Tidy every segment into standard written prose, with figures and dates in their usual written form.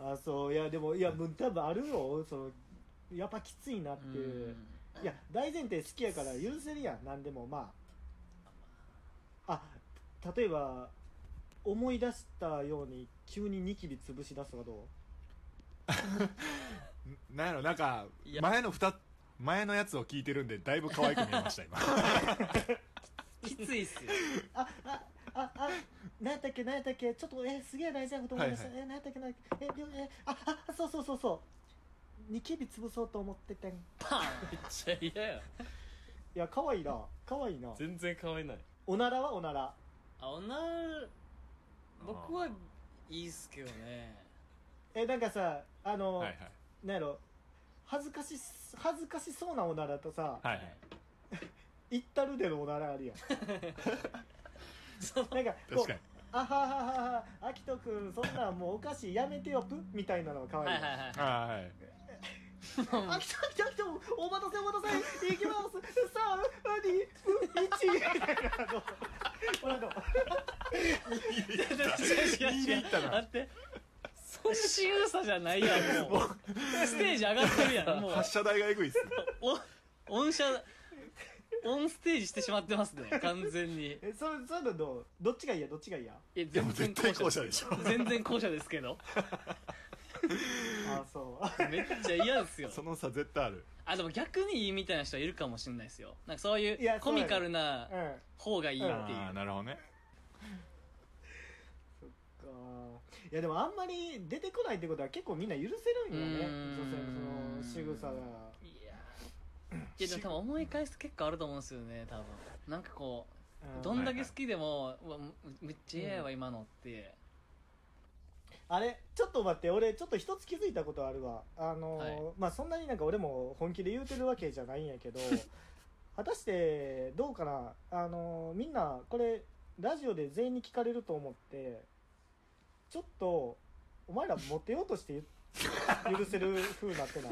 あ、そう。いやでも、いやもう多分あるよ、そのやっぱきついなっていう。いや大前提好きやから許せるやん、なんでも。まあ、例えば思い出したように急にニキビ潰し出すとかどう？ なんやろ、なんか前のやつを聞いてるんでだいぶ可愛く見えました今。 きついっすよ。 何やったっけちょっとすげえ大事なこと思い出した、何やったっけそうニキビ潰そうと思っててん。 パンめっちゃ嫌や。 いや可愛いな。 全然可愛いない。 おならはおなら。 おなら僕はいいっすけどね。 なんかさはいはい、 なんやろ、恥ずかしそうなおならとさ、 はいはい、 いったるでのおならあるやん。なんか確かに、 あはははは、あきとくんそんなんもうおかしい、やめてよプみたいなのが可愛い。 はい、 あきとお待たせ行きます3、2、1みたいなの。ほらどう言ったな。 待って、その仕草じゃないやん。もうステージ上がってるやん。もう発射台がエグいっす。 オンステージしてしまってますね、完全に。 そういうのどっちがいいや？ でも絶対後者でしょ。 全然後者ですけど。 あ、そう。 めっちゃ嫌ですよ。 その差絶対ある。 でも逆にいいみたいな人はいるかもしれないですよ。なんかそういうコミカルな方がいいっていう。 なるほどね。 そっか。いやでもあんまり出てこないってことは結構みんな許せるんよね、女性のその仕草が。 いやでも多分思い返すと結構あると思うんですよね、多分。なんかこう、どんだけ好きでも、めっちゃ嫌やわ、今のって。あれちょっと待って、俺ちょっと一つ気づいたことあるわ。まあそんなになんか俺も本気で言うてるわけじゃないんやけど果たしてどうかな、みんなこれラジオで全員に聞かれると思って、ちょっとお前らモテようとして許せる風になってない？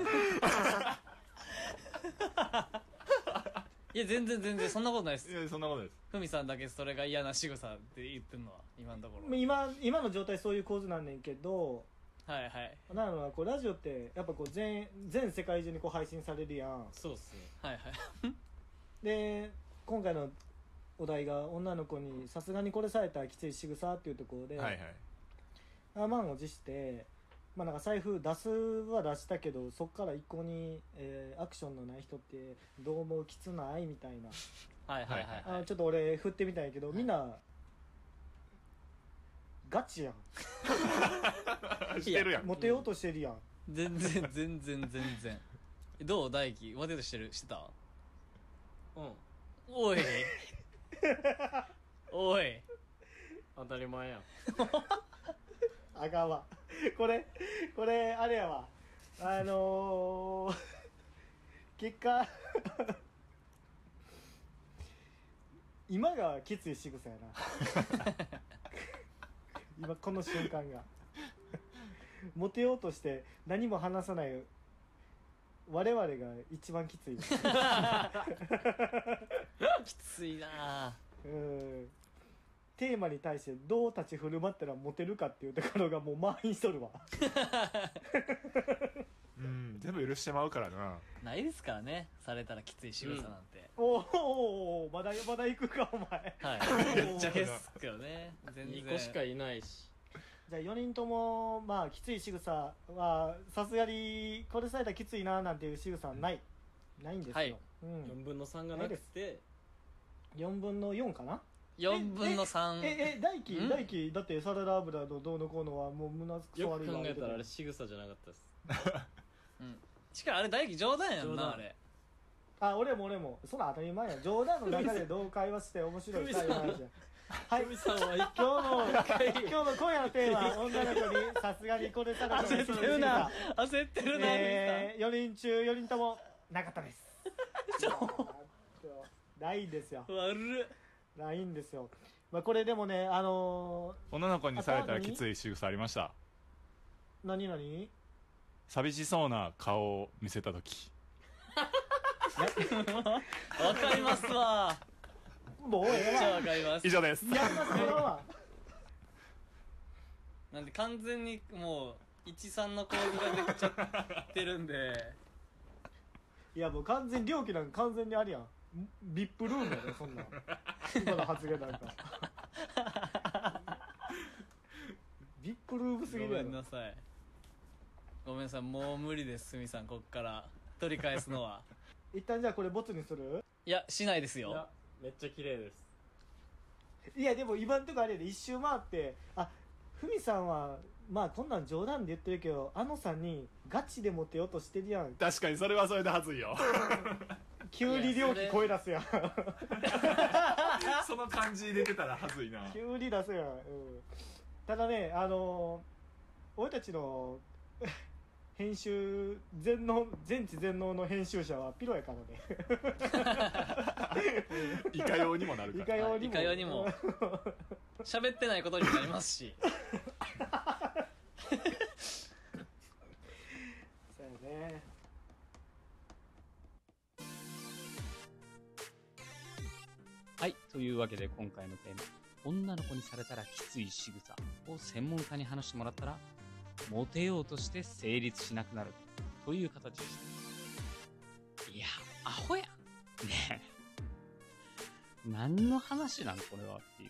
いや全然そんなことないです。 いやそんなことないです。 ふみさんだけそれが嫌な仕草って言ってるのは今のところ。 今の状態そういう構図なんねんけど、 はいはい。 なのはこうラジオってやっぱこう全世界中にこう配信されるやん。 そうっすね。はいはい。 で今回のお題が女の子にさすがにこれされたらきつい仕草っていうところで、 はいはい、 満を持して、まあ、なんか財布出すは出したけどそっから一向に、アクションのない人ってどう思う？きつないみたいな。 はいはいはい、はい、 ちょっと俺振ってみたんやけど、みんなガチやん。 してるやん。 モテようとしてるやん。 全然どう大輝モテようとしてた？ うん。 おいおい当たり前やん。 あかんわ。これあれやわ。結果今がきつい仕草やな。今この瞬間がモテようとして何も話さない我々が一番きつい。 きついな。 テーマに対してどう立ち振る舞ったらモテるかっていうところがもう満員しとるわ。 全部許してまうからな。 ないですからね、されたらきつい仕草なんて。 おまだ行くかお前。 はいめっちゃですけどね。全然 2個しかいないし。 じゃあ4人ともまあきつい仕草はさすがにこれされたらきついななんていう仕草はないんですよ、 はい、 4分の3がなくて 4分の4かな。 4分の3。 大輝だってサラダ油のどうのこうのはもう胸くそよ悪いわ。 く考えたらあれ仕草じゃなかったです。 しかもあれ大輝冗談やんな、あれ。 俺もその当たり前や。冗談の中でどう会話して面白い2人の話や。はい、今日の今夜のテーマ女の子にさすがにこれさら焦ってるな 4人中4人ともなかったです。ないんですよ。 悪っ。 ないんですよ。まあこれでもね女の子にされたらきつい仕草ありました。 何寂しそうな顔を見せたとき。 わかりますわ。 もうめっちゃわかります。 以上です。 やりますよ。 なんで完全にもう 13の構図ができちゃってるんでいやもう完全料金なんか完全にありやん。ビップルームやでそんなん今の発言なんかビップルームすぎごるやろ。 めんなさいごめんなさい、もう無理ですすみさん、こっから取り返すのは一旦じゃあこれボツにする。 いやしないですよいやめっちゃ綺麗です。 いやでも今んとこあれやで一周回って、あ、ふみさんはまあこんなん冗談で言ってるけどあのさんにガチでモテようとしてるやん。 確かにそれはそれではずいよ急に料金声出すやんその感じ出てたらはずいな。 急に出すやん、うん、ただね俺たちの編集全知全能の編集者はピロやからねいかようにもなるから。 いかようにもいかようにも喋ってないことにもなりますしそうやね。 はい、というわけで今回のテーマ、女の子にされたらきつい仕草を専門家に話してもらったら、モテようとして成立しなくなるという形でした。いや、アホやん。ねえ。何の話なんこれはっていう。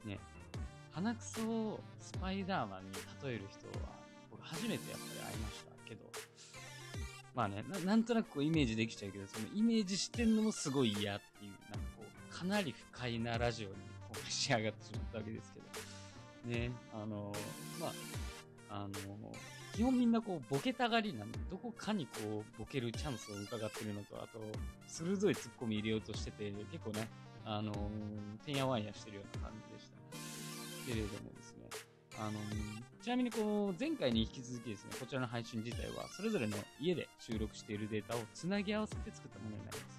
ね、鼻くそをスパイダーマンに例える人は、僕初めてやっぱり会いましたけど、まあね、なんとなくこうイメージできちゃうけど、そのイメージしてんのもすごい嫌っていう、なんかこう、かなり不快なラジオにこう仕上がってしまったわけですけど、ね、まあ、基本みんなこうボケたがりなんで、どこかにこうボケるチャンスを伺ってるのと、あと、鋭いツッコミ入れようとしてて、結構ね、てんやわんやしてるような感じでしたね。けれどもですね、ちなみにこう、前回に引き続きですね、こちらの配信自体は、それぞれの家で収録しているデータをつなぎ合わせて作ったものになります。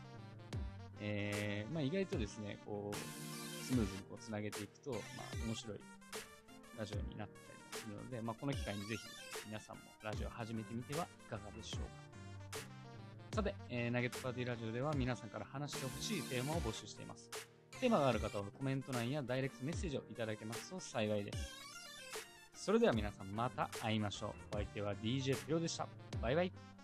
まあ意外とですね、こう、スムーズにこうつなげていくと、まあ面白いラジオになったりもするので、まあこの機会にぜひ皆さんもラジオを始めてみてはいかがでしょうか。さて、ナゲットパーティーラジオでは皆さんから話してほしいテーマを募集しています。テーマがある方はコメント欄やダイレクトメッセージをいただけますと幸いです。それでは皆さんまた会いましょう。お相手は DJ ピロでした。バイバイ。